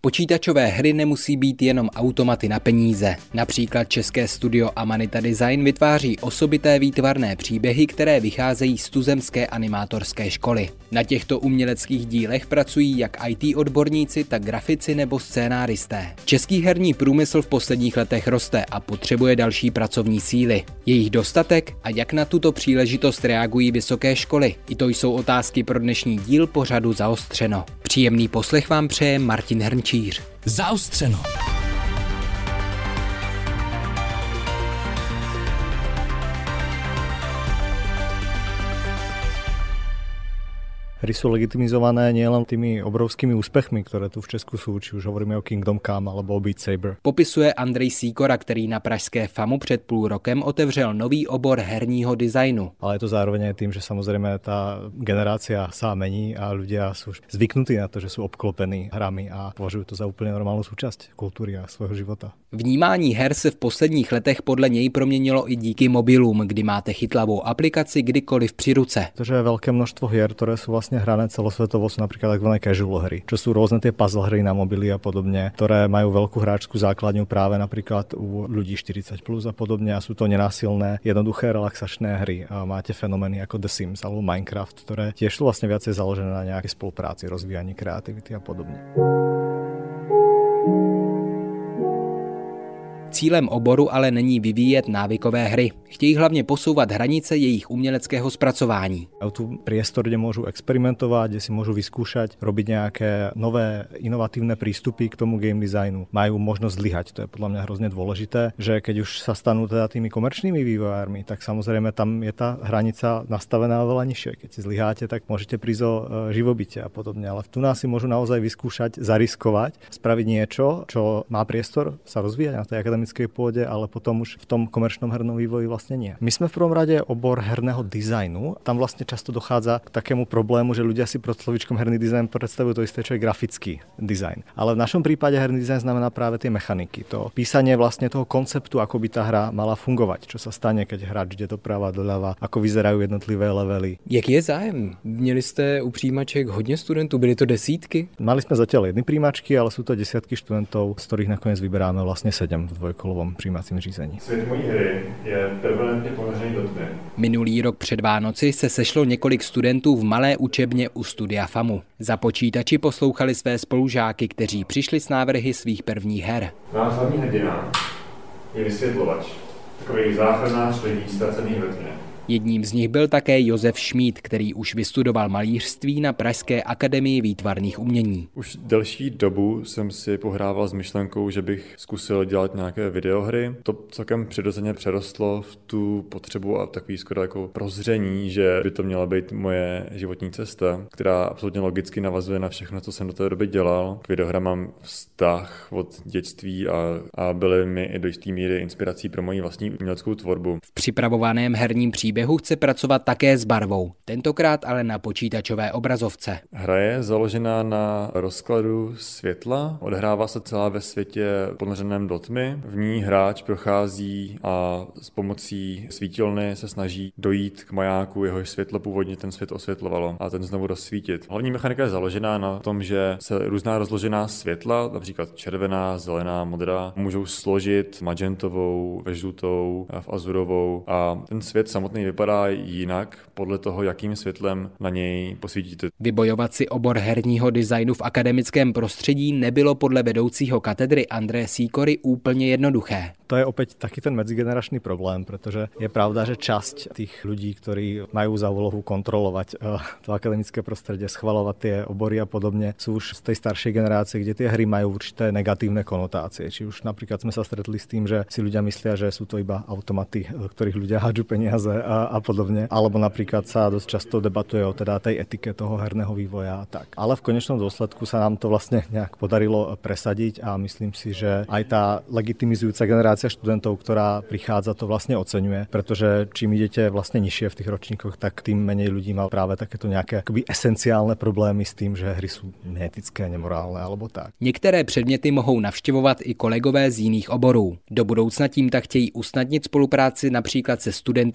Počítačové hry nemusí být jenom automaty na peníze. Například české studio Amanita Design vytváří osobité výtvarné příběhy, které vycházejí z tuzemské animátorské školy. Na těchto uměleckých dílech pracují jak IT odborníci, tak grafici nebo scénáristé. Český herní průmysl v posledních letech roste a potřebuje další pracovní síly. Jejich dostatek a jak na tuto příležitost reagují vysoké školy? I to jsou otázky pro dnešní díl pořadu Zaostřeno. Příjemný poslech vám přeje Martin Hrnčíř. Zaostřeno. Hry sú legitimizované nielen tými obrovskými úspechmi, ktoré tu v Česku sú, či už hovoríme o Kingdom Come alebo o Beat Saber. Popisuje Andrej Sýkora, který na pražské FAMu před půl rokem otevřel nový obor herního designu. Ale je to zároveň aj tým, že samozrejme tá generácia sa mení a ľudia sú zvyknutí na to, že sú obklopení hrami a považujú to za úplne normálnu súčasť kultúry a svojho života. Vnímání her se v posledních letech podle něj proměnilo i díky mobilům, kdy máte chytlavou aplikaci kdykoliv při ruce. To, že je veľké množstvo hier, ktoré sú vlastne hrané celosvetovo, sú napríklad takzvané casual hry, čo sú rôzne tie puzzle hry na mobily a podobne, ktoré majú veľkú hráčskú základňu práve napríklad u ľudí 40+ a podobne a sú to nenásilné, jednoduché relaxačné hry. A máte fenomény ako The Sims alebo Minecraft, ktoré tiež sú vlastne viacej založené na nejakej spolupráci, rozvíjaní kreativity a podobne. Cílem oboru ale není vyvíjet návykové hry. Chtějí hlavně posouvat hranice jejich uměleckého zpracování. Majú tu priestor, kde môžu experimentovať, kde si môžu vyskúšať, robiť nejaké nové inovatívne prístupy k tomu game designu. Majú možnosť zlyhať, to je podľa mňa hrozne dôležité, že keď už sa stanú teda tými komerčnými vývojármi, tak samozrejme tam je tá hranica nastavená veľa nižšie. Keď si zlyháte, tak môžete prísť o živobytie a podobne, ale tu nás si môžu naozaj vyskúšať, zariskovať, spraviť niečo, čo má priestor sa rozvíjať na tej akademickej pôde, ale potom už v tom komerčnom hernom vývoji vlastne nie. My sme v prvom rade obor herného dizajnu. Tam vlastne často dochádza k takému problému, že ľudia si pod slovíčkom herný dizajn predstavujú to isté, čo je grafický dizajn. Ale v našom prípade herný dizajn znamená práve tie mechaniky. To písanie vlastne toho konceptu, ako by tá hra mala fungovať, čo sa stane, keď hráč ide doprava, doľava, ako vyzerajú jednotlivé levely. Jak je zájem? Měli jste u přijímaček hodně studentů, byly to desítky? Mali sme zatiaľ jedny prijímačky, ale sú to desiatky študentov, z ktorých nakoniec vyberáme vlastne 7 v dvojkolovom přijímacím řízení. Svět mojí hry je permanentně ponořený do tmy. Minulý rok před Vánoci se sešlo několik studentů v malé učebně u studia FAMu. Za počítači poslouchali své spolužáky, kteří přišli s návrhy svých prvních her. Náš hlavní hrdina je vysvětlovač, takový záchranář lidí ztracených ve tmě. Jedním z nich byl také Josef Šmíd, který už vystudoval malířství na Pražské akademii výtvarných umění. Už delší dobu jsem si pohrával s myšlenkou, že bych zkusil dělat nějaké videohry. To celkem přirozeně přerostlo v tu potřebu a takový skoro jako prozření, že by to měla být moje životní cesta, která absolutně logicky navazuje na všechno, co jsem do té doby dělal. K videohrám mám vztah od dětství a byly mi i do jisté míry inspirací pro moji vlastní uměleckou tvorbu. V připravovaném herním příběhu chce pracovat také s barvou, tentokrát ale na počítačové obrazovce. Hra je založená na rozkladu světla, odehrává se celá ve světě ponořeném do tmy. V ní hráč prochází a s pomocí svítilny se snaží dojít k majáku, jehož světlo původně ten svět osvětlovalo a ten znovu rozsvítit. Hlavní mechanika je založená na tom, že se různá rozložená světla, například červená, zelená, modrá, můžou složit magentovou, ve žlutou, v azurovou a ten svět samotný vypadá jinak podle toho, jakým světlem na něj posvítíte. Vybojovat si obor herního designu v akademickém prostředí nebylo podle vedoucího katedry Andreje Sýkory úplně jednoduché. To je opäť taký ten medzigeneračný problém, pretože je pravda, že časť tých ľudí, ktorí majú za úlohu kontrolovať to akademické prostredie, schvaľovať tie obory a podobne, sú už z tej staršej generácie, kde tie hry majú určité negatívne konotácie. Či už napríklad sme sa stretli s tým, že si ľudia myslia, že sú to iba automaty, do ktorých ľudia hádžu peniaze a podobne. Alebo napríklad sa dosť často debatuje o teda tej etike toho herného vývoja a tak. Ale v konečnom dôsledku sa nám to vlastne nejak podarilo presadiť a myslím si, že aj tá legitimizujúca generácia študentov, ktorá prichádza, to vlastne oceňuje, pretože čím idete vlastne nižšie v tých ročníkoch, tak tým menej ľudí má práve takéto nejaké akoby esenciálne problémy s tým, že hry sú neetické, nemorálne alebo tak. Některé předměty mohou navštěvovat i kolegové z jiných oborů. Do budoucna tím tak chtějí usnadnit spolupráci například se studenty zvukové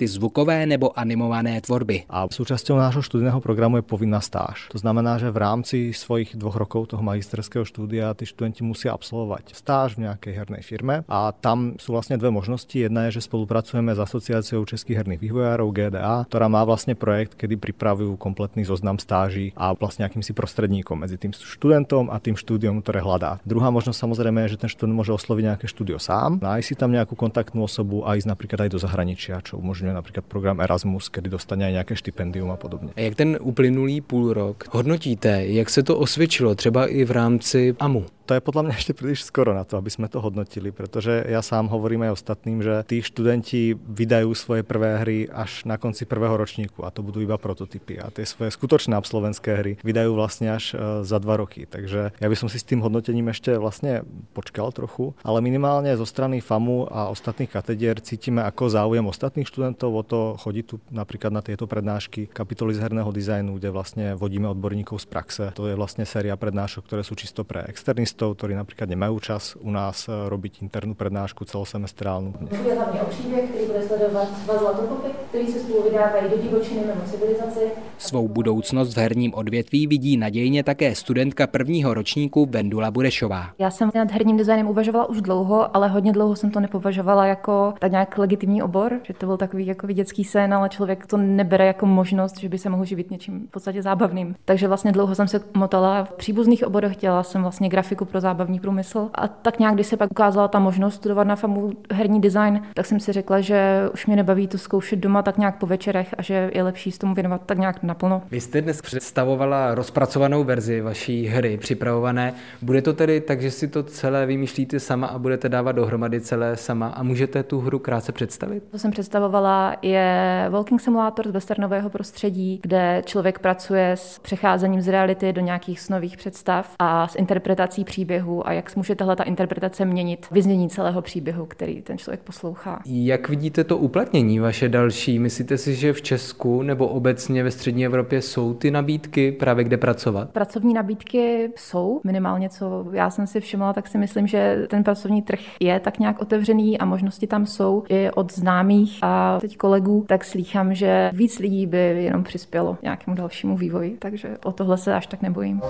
filmové nebo animované tvorby. A súčasťou nášho študijného programu je povinná stáž. To znamená, že v rámci svojich 2 rokov toho magisterského štúdia tí študenti musia absolvovať stáž v nejakej hernej firme a tam sú vlastne 2 možnosti. Jedna je, že spolupracujeme s Asociáciou českých herných vývojárov GDA, ktorá má vlastne projekt, kedy pripravujú kompletný zoznam stáží a vlastne akýmsi prostredníkom medzi tým študentom a tým štúdiom, ktoré hľadá. Druhá možnosť samozrejme je, že ten študent môže osloviť nejaké štúdio sám, nájsť si tam nejakú kontaktnú osobu a ísť napríklad aj do zahraničia, čo umožňuje napríklad program Erasmus, kedy dostane aj nejaké štipendium a podobne. A jak ten uplynulý půl rok hodnotíte, jak se to osvědčilo třeba i v rámci AMU? To je podľa mňa ešte príliš skoro na to, aby sme to hodnotili, pretože ja sám hovorím aj ostatným, že tí študenti vydajú svoje prvé hry až na konci prvého ročníku a to budú iba prototypy a tie svoje skutočné absolventské hry vydajú vlastne až za 2 roky. Takže ja by som si s tým hodnotením ešte vlastne počkal trochu, ale minimálne zo strany FAMu a ostatných katedier cítime ako záujem ostatných študentov o to chodiť tu napríklad na tieto prednášky kapitoly z herného dizajnu, kde vlastne vodíme odborníkov z praxe. To je vlastne séria prednášok, ktoré sú čisto pre externistov, ktorí napríklad nemajú čas u nás robiť internú prednášku celosemestrálnu. Bude hlavne o příběh, který bude sledovat 2 zlatokopy, který se spolu vydávají do divočiny mimo civilizaci. Svou budoucnost v herním odvětví vidí nadějně také studentka 1. ročníku Vendula Burešová. Já jsem nad herním designem uvažovala už dlouho, ale hodně dlouho jsem to nepovažovala jako tak nějak legitimní obor, že to byl takový jako dětský sen, ale člověk to nebere jako možnost, že by se mohl živit něčím v podstatě zábavným. Takže vlastně dlouho jsem se motala v příbuzných oborech, dělala jsem vlastně grafiku pro zábavní průmysl. A tak nějak, když se pak ukázala ta možnost studovat na FAMu herní design, tak jsem si řekla, že už mě nebaví to zkoušet doma tak nějak po večerech a že je lepší s tomu věnovat tak nějak naplno. Vy jste dnes představovala rozpracovanou verzi vaší hry připravované. Bude to tedy tak, že si to celé vymýšlíte sama a budete dávat dohromady celé sama a můžete tu hru krátce představit? To jsem představovala je Walking Simulator z westernového prostředí, kde člověk pracuje s přecházením z reality do nějakých snových představ a s interpretací příběhu a jak může tahle ta interpretace měnit vyznění celého příběhu, který ten člověk poslouchá. Jak vidíte to uplatnění vaše další? Myslíte si, že v Česku nebo obecně ve střední Evropě jsou ty nabídky právě kde pracovat? Pracovní nabídky jsou, minimálně co já jsem si všimla, tak si myslím, že ten pracovní trh je tak nějak otevřený a možnosti tam jsou i od známých a teď kolegů, tak slýchám, že víc lidí by jenom přispělo nějakému dalšímu vývoji, takže o tohle se až tak nebojím.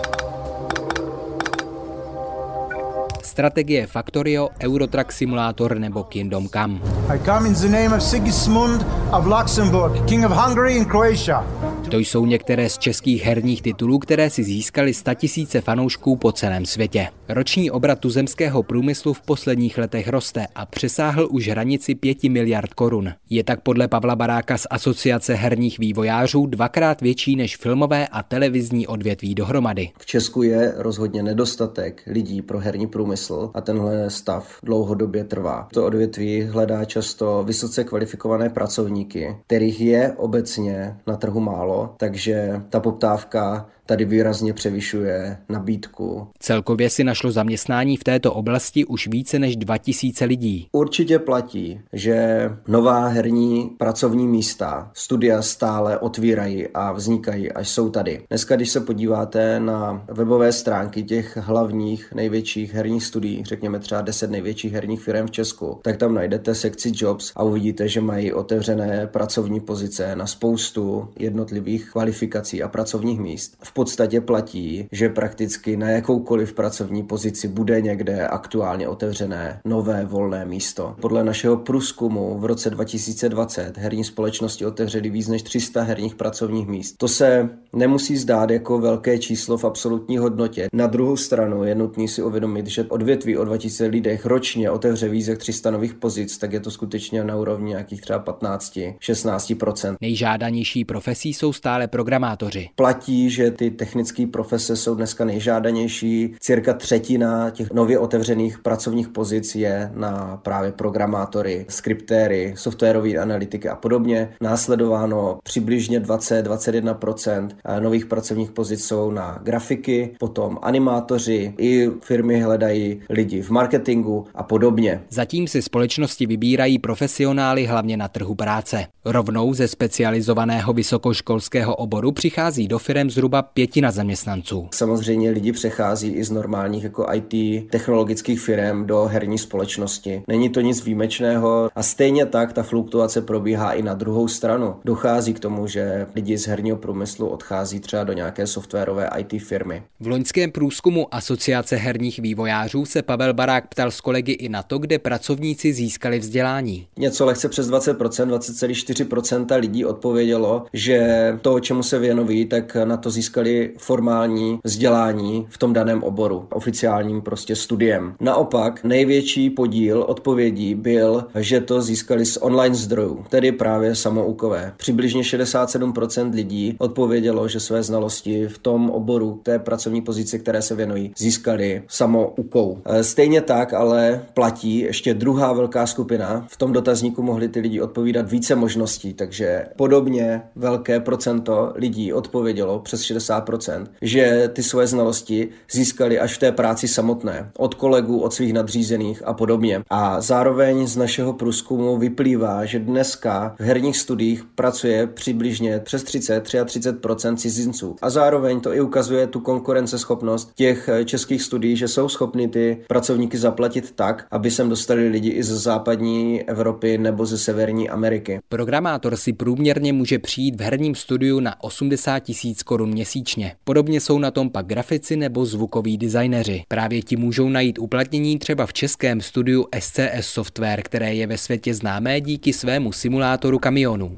Strategie Factorio, Eurotrack Simulator nebo Kingdom Come. I come in the name of Sigismund of Luxembourg, King of Hungary and Croatia. To jsou některé z českých herních titulů, které si získali 100 000 fanoušků po celém světě. Roční obrat tuzemského průmyslu v posledních letech roste a přesáhl už hranici 5 miliard korun. Je tak podle Pavla Baráka z Asociace herních vývojářů 2krát větší než filmové a televizní odvětví dohromady. V Česku je rozhodně nedostatek lidí pro herní průmysl a tenhle stav dlouhodobě trvá. To odvětví hledá často vysoce kvalifikované pracovníky, kterých je obecně na trhu málo, takže ta poptávka tady výrazně převyšuje nabídku. Celkově si našlo zaměstnání v této oblasti už více než 2000 lidí. Určitě platí, že nová herní pracovní místa, studia stále otvírají a vznikají, až jsou tady. Dneska, když se podíváte na webové stránky těch hlavních největších herních studií, řekněme třeba 10 největších herních firm v Česku, tak tam najdete sekci Jobs a uvidíte, že mají otevřené pracovní pozice na spoustu jednotlivých kvalifikací a pracovních míst. V podstatě platí, že prakticky na jakoukoliv pracovní pozici bude někde aktuálně otevřené nové volné místo. Podle našeho průzkumu v roce 2020 herní společnosti otevřely víc než 300 herních pracovních míst. To se nemusí zdát jako velké číslo v absolutní hodnotě. Na druhou stranu je nutné si uvědomit, že odvětví o 2000 lidech ročně otevře víc jak 300 nových pozic, tak je to skutečně na úrovni nějakých třeba 15-16%. Nejžádanější profesí jsou stále programátoři. Platí, že ty technické profese jsou dneska nejžádanější. Cirka třetina těch nově otevřených pracovních pozic je na právě programátory, skriptéry, softwarové analytiky a podobně. Následováno přibližně 20-21% nových pracovních pozic jsou na grafiky, potom animátoři, i firmy hledají lidi v marketingu a podobně. Zatím si společnosti vybírají profesionály hlavně na trhu práce. Rovnou ze specializovaného vysokoškolského oboru přichází do firem zhruba 1/5 zaměstnanců. Samozřejmě lidi přechází i z normálních jako IT technologických firm do herní společnosti. Není to nic výjimečného a stejně tak ta fluktuace probíhá i na druhou stranu. Dochází k tomu, že lidi z herního průmyslu odchází třeba do nějaké softwarové IT firmy. V loňském průzkumu Asociace herních vývojářů se Pavel Barák ptal s kolegy i na to, kde pracovníci získali vzdělání. Něco lehce přes 20%, 20,4% lidí odpovědělo, že to, čemu se věnují, tak na to získali formální vzdělání v tom daném oboru, oficiálním prostě studiem. Naopak největší podíl odpovědí byl, že to získali z online zdrojů, tedy právě samoukové. Přibližně 67% lidí odpovědělo, že své znalosti v tom oboru, té pracovní pozici, které se věnují, získali samoukou. Stejně tak ale platí ještě druhá velká skupina. V tom dotazníku mohli ty lidi odpovídat více možností, takže podobně velké procento lidí odpovědělo, přes 60%, že ty svoje znalosti získali až v té práci samotné, od kolegů, od svých nadřízených a podobně. A zároveň z našeho průzkumu vyplývá, že dneska v herních studiích pracuje přibližně přes 33% cizinců. A zároveň to i ukazuje tu konkurenceschopnost těch českých studií, že jsou schopni ty pracovníky zaplatit tak, aby sem dostali lidi i ze západní Evropy nebo ze Severní Ameriky. Programátor si průměrně může přijít v herním studiu na 80 000 korun měsíčně. Podobně jsou na tom pak grafici nebo zvukoví designéři. Právě ti můžou najít uplatnění třeba v českém studiu SCS Software, které je ve světě známé díky svému simulátoru kamionů.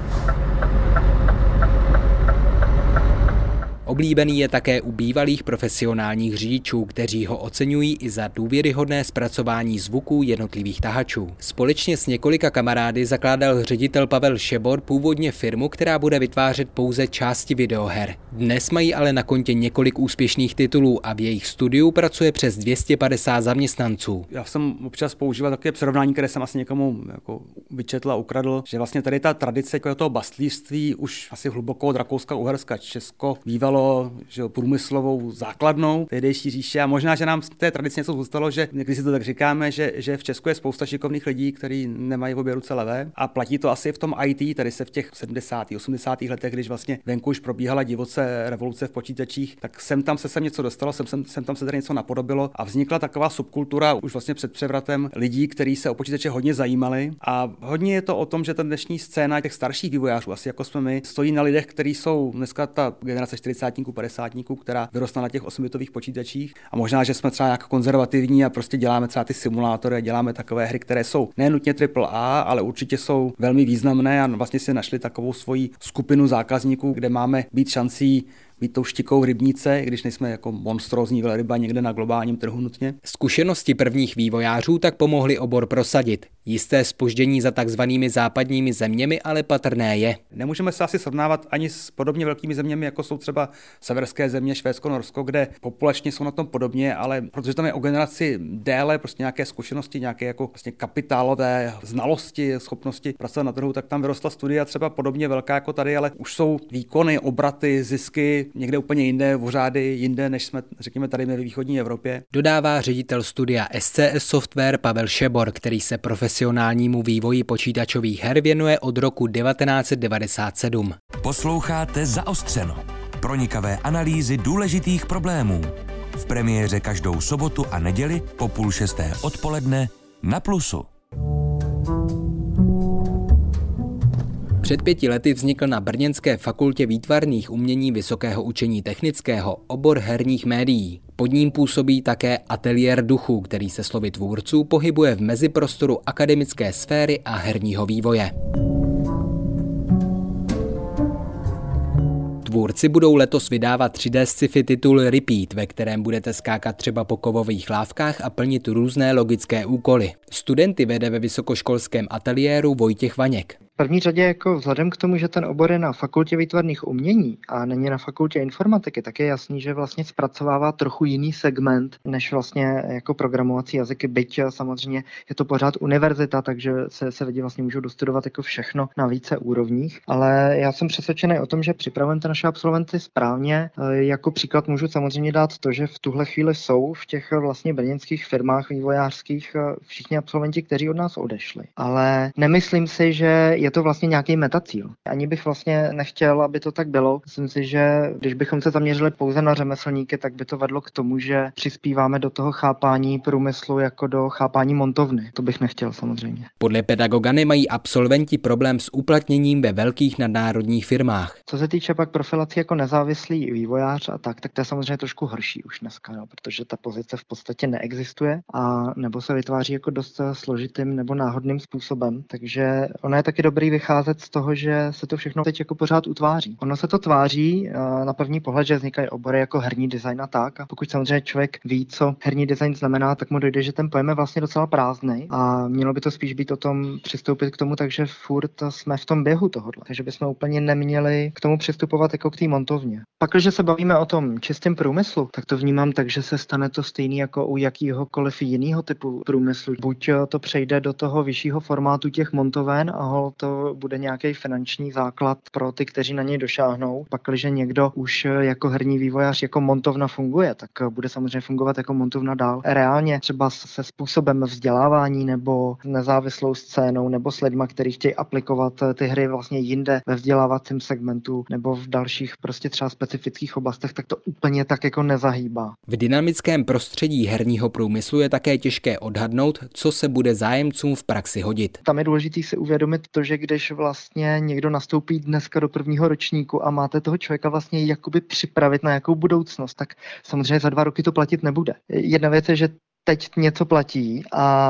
Oblíbený je také u bývalých profesionálních řidičů, kteří ho oceňují i za důvěryhodné zpracování zvuků jednotlivých tahačů. Společně s několika kamarády zakládal ředitel Pavel Šebor původně firmu, která bude vytvářet pouze části videoher. Dnes mají ale na kontě několik úspěšných titulů a v jejich studiu pracuje přes 250 zaměstnanců. Já jsem občas používal takové přirovnání, které jsem asi někomu jako vyčetl a ukradl, že vlastně tady ta tradice toho bastlířství už asi hluboko od Rakouska-Uherska. Česko bývalo průmyslovou základnou tehdejší říše a možná, že nám z té tradice něco zůstalo, že když si to tak říkáme, že v Česku je spousta šikovných lidí, kteří nemají v obě ruce levé a platí to asi v tom IT, tady se v těch 70. 80. letech, když vlastně venku už probíhala divoce revoluce v počítačích, tak sem tam se něco dostalo, sem tam se tady něco napodobilo a vznikla taková subkultura už vlastně před převratem lidí, kteří se o počítače hodně zajímali a hodně je to o tom, že ta dnešní scéna těch starších vývojářů, asi jako jsme my, stojí na lidech, kteří jsou dneska ta generace 40 50, která vyrostla na těch 8bitových počítačích a možná, že jsme třeba nějak konzervativní a prostě děláme třeba ty simulátory a děláme takové hry, které jsou ne nutně AAA, ale určitě jsou velmi významné a vlastně si našli takovou svoji skupinu zákazníků, kde máme být šancí být tou štikou rybníce, když nejsme jako monstrózní velryba někde na globálním trhu nutně. Zkušenosti prvních vývojářů tak pomohly obor prosadit. Jisté zpoždění za takzvanými západními zeměmi ale patrné je. Nemůžeme se asi srovnávat ani s podobně velkými zeměmi, jako jsou třeba severské země, Švédsko, Norsko, kde populačně jsou na tom podobně, ale protože tam je o generaci déle prostě nějaké zkušenosti, nějaké jako vlastně kapitálové znalosti, schopnosti pracovat na trhu, tak tam vyrostla studia třeba podobně velká jako tady, ale už jsou výkony, obraty, zisky někde úplně jinde, v řády jinde, než jsme, řekněme, tady ve východní Evropě. Dodává ředitel studia SCS Software Pavel Šebor, který se profesionálnímu vývoji počítačových her věnuje od roku 1997. Posloucháte Zaostřeno. Pronikavé analýzy důležitých problémů. V premiéře každou sobotu a neděli po 5:30 odpoledne na Plusu. Před 5 lety vznikl na Brněnské fakultě výtvarných umění Vysokého učení technického obor herních médií. Pod ním působí také ateliér duchů, který se slovy tvůrců pohybuje v meziprostoru akademické sféry a herního vývoje. Tvůrci budou letos vydávat 3D sci-fi titul Repeat, ve kterém budete skákat třeba po kovových lávkách a plnit různé logické úkoly. Studenty vede ve vysokoškolském ateliéru Vojtěch Vaněk. V první řadě jako vzhledem k tomu, že ten obor je na fakultě výtvarných umění a není na fakultě informatiky, tak je jasný, že vlastně zpracovává trochu jiný segment než vlastně jako programovací jazyky, byť samozřejmě je to pořád univerzita, takže se lidi vlastně můžou dostudovat jako všechno na více úrovních, ale já jsem přesvědčený o tom, že připravujeme naše absolventy správně. Jako příklad můžu samozřejmě dát to, že v tuhle chvíli jsou v těch vlastně brněnských firmách vývojářských všichni absolventi, kteří od nás odešli. Ale nemyslím si, že je je to vlastně nějaký metacíl. Ani bych vlastně nechtěl, aby to tak bylo. Myslím si, že když bychom se zaměřili pouze na řemeslníky, tak by to vedlo k tomu, že přispíváme do toho chápání průmyslu jako do chápání montovny. To bych nechtěl samozřejmě. Podle pedagoga nemají absolventi problém s uplatněním ve velkých nadnárodních firmách. Co se týče pak profilací jako nezávislý vývojář a tak to je samozřejmě trošku horší už dneska, protože ta pozice v podstatě neexistuje a nebo se vytváří jako dost složitým nebo náhodným způsobem. Takže ono je taky dobrý vycházet z toho, že se to všechno teď jako pořád utváří. Ono se to tváří na první pohled, že vznikají obory jako herní design a tak. A pokud samozřejmě člověk ví, co herní design znamená, tak mu dojde, že ten pojem je vlastně docela prázdnej a mělo by to spíš být o tom přistoupit k tomu, takže furt jsme v tom běhu tohodle. Takže bychom úplně neměli k tomu přistupovat jako k té montovně. Pak, když se bavíme o tom čistém průmyslu, tak to vnímám tak, že se stane to stejný jako u jakýhokoliv jiného typu průmyslu. Buď to přejde do toho vyššího formátu těch montoven a to bude nějaký finanční základ pro ty, kteří na něj došáhnou. Pak, když někdo už jako herní vývojář jako montovna funguje, tak bude samozřejmě fungovat jako montovna dál. Reálně třeba se způsobem vzdělávání nebo nezávislou scénou nebo s lidma, kteří chtějí aplikovat ty hry vlastně jinde ve vzdělávacím segmentu nebo v dalších prostě třeba specifických oblastech, tak to úplně tak jako nezahýbá. V dynamickém prostředí herního průmyslu je také těžké odhadnout, co se bude zájemcům v praxi hodit. Tam je důležité si uvědomit to, že když vlastně někdo nastoupí dneska do prvního ročníku a máte toho člověka vlastně jakoby připravit na jakou budoucnost, tak samozřejmě za 2 roky to platit nebude. Jedna věc je, že teď něco platí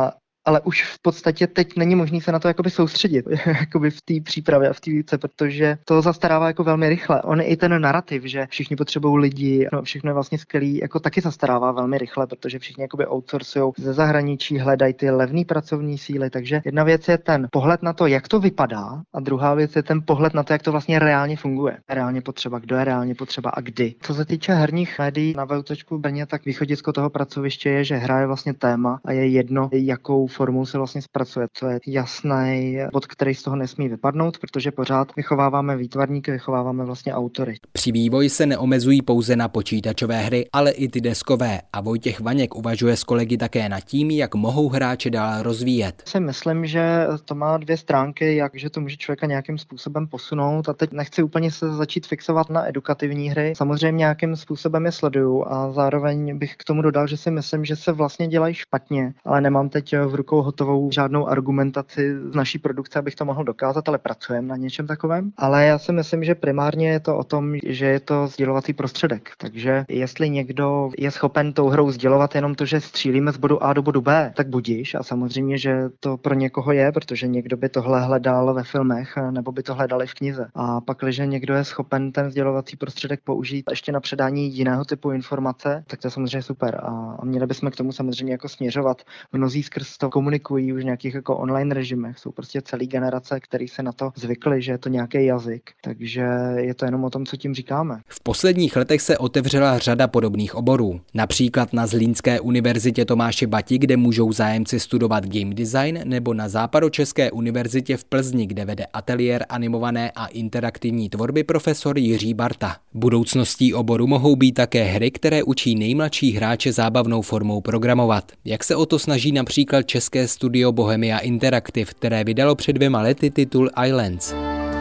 ale už v podstatě teď není možný se na to jakoby soustředit jakoby v té přípravě a v té výuce, protože to zastarává jako velmi rychle. On i ten narrativ, že všichni potřebují lidi, všechno je vlastně skvělý, jako taky zastarává velmi rychle, protože všichni jakoby outsourcujou ze zahraničí, hledají ty levné pracovní síly. Takže jedna věc je ten pohled na to, jak to vypadá, a druhá věc je ten pohled na to, jak to vlastně reálně funguje. Reálně potřeba, kdo je reálně potřeba a kdy. Co se týče herních médií na VUTčku v Brně, tak východisko toho pracoviště je, že hra je vlastně téma a je jedno, jakou formou se vlastně zpracuje. To je jasný bod, který z toho nesmí vypadnout, protože pořád vychováváme výtvarníky, vychováváme vlastně autory. Při vývoji se neomezují pouze na počítačové hry, ale i ty deskové a Vojtěch Vaněk uvažuje s kolegy také nad tím, jak mohou hráče dál rozvíjet. Si myslím, že to má 2 stránky, jakže to může člověka nějakým způsobem posunout a teď nechci úplně se začít fixovat na edukativní hry. Samozřejmě nějakým způsobem je sleduju a zároveň bych k tomu dodal, že si myslím, že se vlastně dělají špatně, ale nemám teď v rukou hotovou žádnou argumentaci z naší produkce, abych to mohl dokázat, ale pracujeme na něčem takovém. Ale já si myslím, že primárně je to o tom, že je to sdělovací prostředek. Takže jestli někdo je schopen tou hrou sdělovat jenom to, že střílíme z bodu A do bodu B, tak budíš. A samozřejmě, že to pro někoho je, protože někdo by tohle hledal ve filmech nebo by to hledali v knize. A pak, když někdo je schopen ten sdělovací prostředek použít ještě na předání jiného typu informace, tak to je samozřejmě super. A měli bychom k tomu samozřejmě jako směřovat. Mnozí skrz to komunikují už v nějakých jako online režimech. Jsou prostě celý generace, který se na to zvykli, že je to nějaký jazyk. Takže je to jenom o tom, co tím říkáme. V posledních letech se otevřela řada podobných oborů. Například na Zlínské univerzitě Tomáše Bati, kde můžou zájemci studovat game design, nebo na Západočeské univerzitě v Plzni, kde vede ateliér animované a interaktivní tvorby profesor Jiří Barta. Budoucností oboru mohou být také hry, které učí nejmladší hráče zábavnou formou programovat. Jak se o to snaží například české studio Bohemia Interactive, které vydalo před 2 lety titul Islands.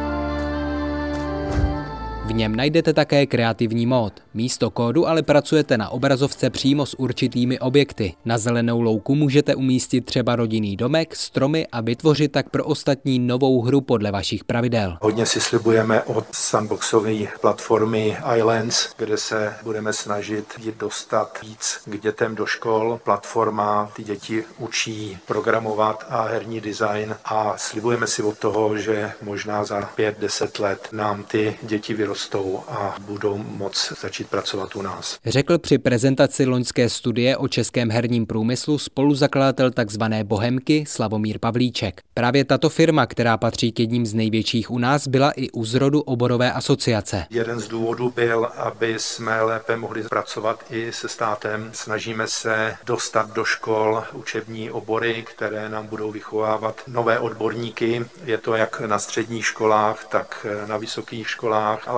V něm najdete také kreativní mód. Místo kódu ale pracujete na obrazovce přímo s určitými objekty. Na zelenou louku můžete umístit třeba rodinný domek, stromy a vytvořit tak pro ostatní novou hru podle vašich pravidel. Hodně si slibujeme od sandboxové platformy Islands, kde se budeme snažit dostat víc k dětem do škol. Platforma ty děti učí programovat a herní design a slibujeme si od toho, že možná za 5-10 let nám ty děti vyrostou a budou moct začít pracovat u nás. Řekl při prezentaci loňské studie o českém herním průmyslu spoluzakladatel takzvané Bohemky Slavomír Pavlíček. Právě tato firma, která patří k jedním z největších u nás, byla i u zrodu oborové asociace. Jeden z důvodů byl, aby jsme lépe mohli pracovat i se státem. Snažíme se dostat do škol učební obory, které nám budou vychovávat nové odborníky. Je to jak na středních školách, tak na vysokých školách, ale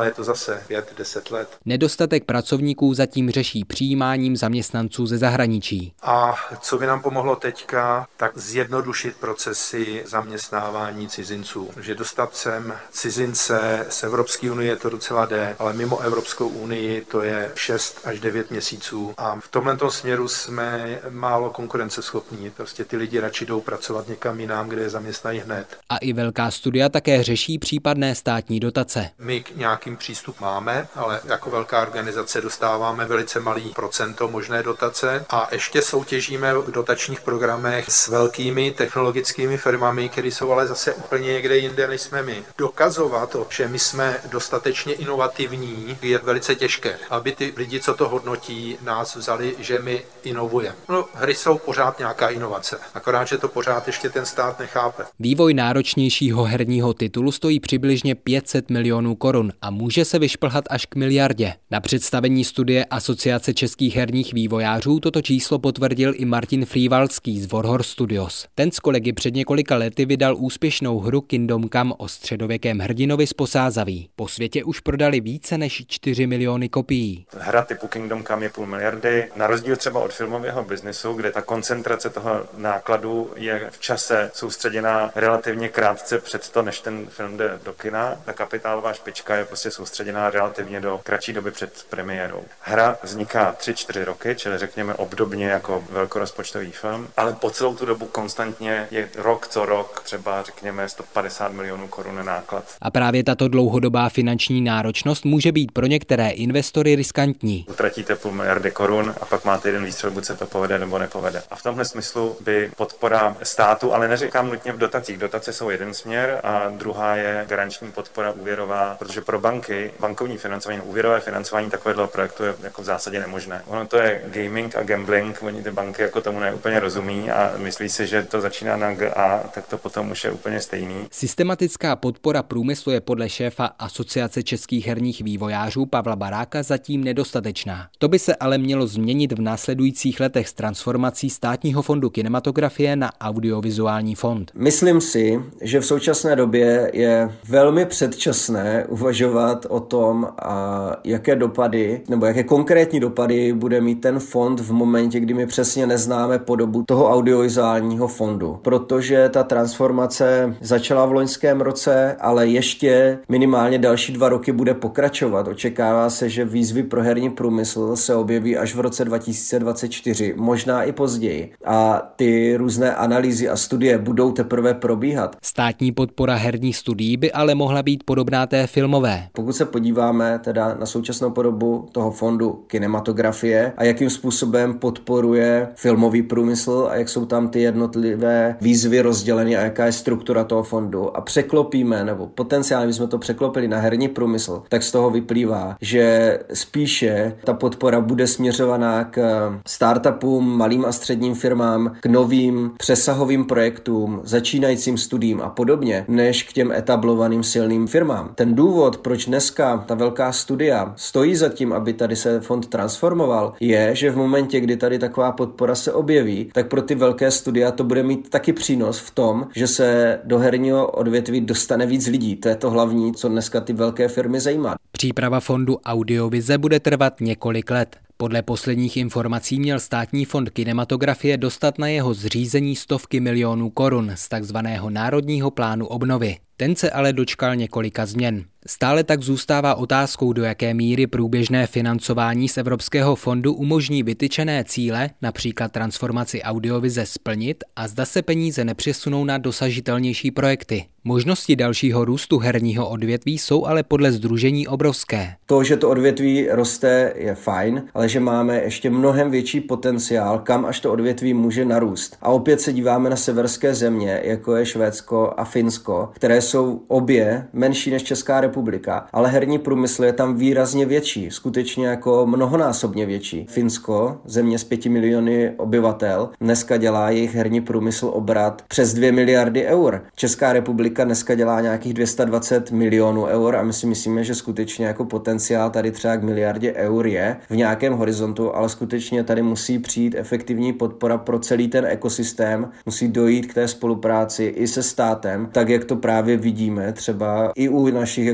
je to zase 5-10 let. Nedostatek pracovníků zatím řeší přijímáním zaměstnanců ze zahraničí. A co by nám pomohlo teďka, tak zjednodušit procesy zaměstnávání cizinců. Že dostat sem cizince z Evropské unie to docela jde, ale mimo Evropskou unii to je 6 až 9 měsíců. A v tomto směru jsme málo konkurenceschopní. Prostě ty lidi radši jdou pracovat někam jinam, kde je zaměstnají hned. A i velká studia také řeší případné státní dotace. My k nějakým přístup máme, ale jako velká organizace dostáváme velice malý procento možné dotace a ještě soutěžíme v dotačních programech s velkými technologickými firmami, které jsou ale zase úplně někde jinde, než jsme my. Dokazovat to, že my jsme dostatečně inovativní, je velice těžké, aby ty lidi, co to hodnotí, nás vzali, že my inovujeme. No, hry jsou pořád nějaká inovace, akorát, že to pořád ještě ten stát nechápe. Vývoj náročnějšího herního titulu stojí přibližně 500 milionů korun a může se vyšplhat až k miliardě. Na představení studie Asociace českých herních vývojářů toto číslo potvrdil i Martin Frývalský z Warhorse Studios. Ten s kolegy před několika lety vydal úspěšnou hru Kingdom Come o středověkém hrdinovi z Posázaví. Po světě už prodali více než 4 miliony kopií. Hra typu Kingdom Come je 500 miliony. Na rozdíl třeba od filmového biznesu, kde ta koncentrace toho nákladu je v čase soustředěná relativně krátce před to, než ten film jde do kina, ta kapitálová špička je prostě soustředěná relativně do kratší doby před premiérou. Hra vzniká 3-4 roky, čili řekněme obdobně jako velkorozpočtový film, ale po celou tu dobu konstantně je rok co rok třeba řekněme 150 milionů korun náklad. A právě tato dlouhodobá finanční náročnost může být pro některé investory riskantní. Utratíte 500 miliony korun a pak máte jeden výstřel, buď se to povede nebo nepovede. A v tomhle smyslu by podpora státu, ale neříkám nutně v dotacích. Dotace jsou jeden směr a druhá je garanční podpora úvěrová, protože pro banky bankovní financování, úvěrové financování takového projektu je jako v zásadě nemožné. Ono to je gaming a gambling, oni ty banky jako tomu neúplně rozumí a myslí si, že to začíná na GA, tak to potom už je úplně stejný. Systematická podpora průmyslu je podle šéfa Asociace českých herních vývojářů Pavla Baráka zatím nedostatečná. To by se ale mělo změnit v následujících letech s transformací Státního fondu kinematografie na audiovizuální fond. Myslím si, že v současné době je velmi předčasné uvažovat o tom, jaké dopady nebo jaké konkrétní dopady bude mít ten fond v momentě, kdy my přesně neznáme podobu toho audiovizuálního fondu. Protože ta transformace začala v loňském roce, ale ještě minimálně další 2 roky bude pokračovat. Očekává se, že výzvy pro herní průmysl se objeví až v roce 2024, možná i později. A ty různé analýzy a studie budou teprve probíhat. Státní podpora herních studií by ale mohla být podobná té filmové. Pokud se podíváme teda na současnou podobu toho fondu kinematografie a jakým způsobem podporuje filmový průmysl a jak jsou tam ty jednotlivé výzvy rozděleny a jaká je struktura toho fondu a překlopíme, nebo potenciálně jsme to překlopili na herní průmysl, tak z toho vyplývá, že spíše ta podpora bude směřovaná k startupům, malým a středním firmám, k novým přesahovým projektům, začínajícím studiím a podobně, než k těm etablovaným silným firmám. Ten důvod, proč dneska ta velká studia stojí za tím, aby tady se fond transformoval, je, že v momentě, kdy tady taková podpora se objeví, tak pro ty velké studia to bude mít taky přínos v tom, že se do herního odvětví dostane víc lidí. To je to hlavní, co dneska ty velké firmy zajímá. Příprava fondu Audiovize bude trvat několik let. Podle posledních informací měl Státní fond kinematografie dostat na jeho zřízení stovky milionů korun z takzvaného Národního plánu obnovy. Ten se ale dočkal několika změn. Stále tak zůstává otázkou, do jaké míry průběžné financování z Evropského fondu umožní vytyčené cíle, například transformaci audiovize, splnit a zda se peníze nepřesunou na dosažitelnější projekty. Možnosti dalšího růstu herního odvětví jsou ale podle sdružení obrovské. To, že to odvětví roste, je fajn, ale že máme ještě mnohem větší potenciál, kam až to odvětví může narůst. A opět se díváme na severské země, jako je Švédsko a Finsko, které jsou obě menší než Česká republika, ale herní průmysl je tam výrazně větší, skutečně jako mnohonásobně větší. Finsko, země s 5 miliony obyvatel, dneska dělá jejich herní průmysl obrat přes 2 miliardy eur. Česká republika dneska dělá nějakých 220 milionů eur a my si myslíme, že skutečně jako potenciál tady třeba k miliardě eur je v nějakém horizontu, ale skutečně tady musí přijít efektivní podpora pro celý ten ekosystém, musí dojít k té spolupráci i se státem, tak jak to právě vidíme třeba i u našich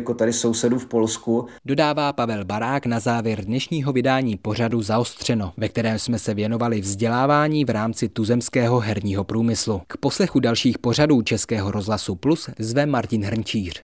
jako tady sousedů v Polsku. Dodává Pavel Barák na závěr dnešního vydání pořadu Zaostřeno, ve kterém jsme se věnovali vzdělávání v rámci tuzemského herního průmyslu. K poslechu dalších pořadů Českého rozhlasu Plus zve Martin Hrnčíř.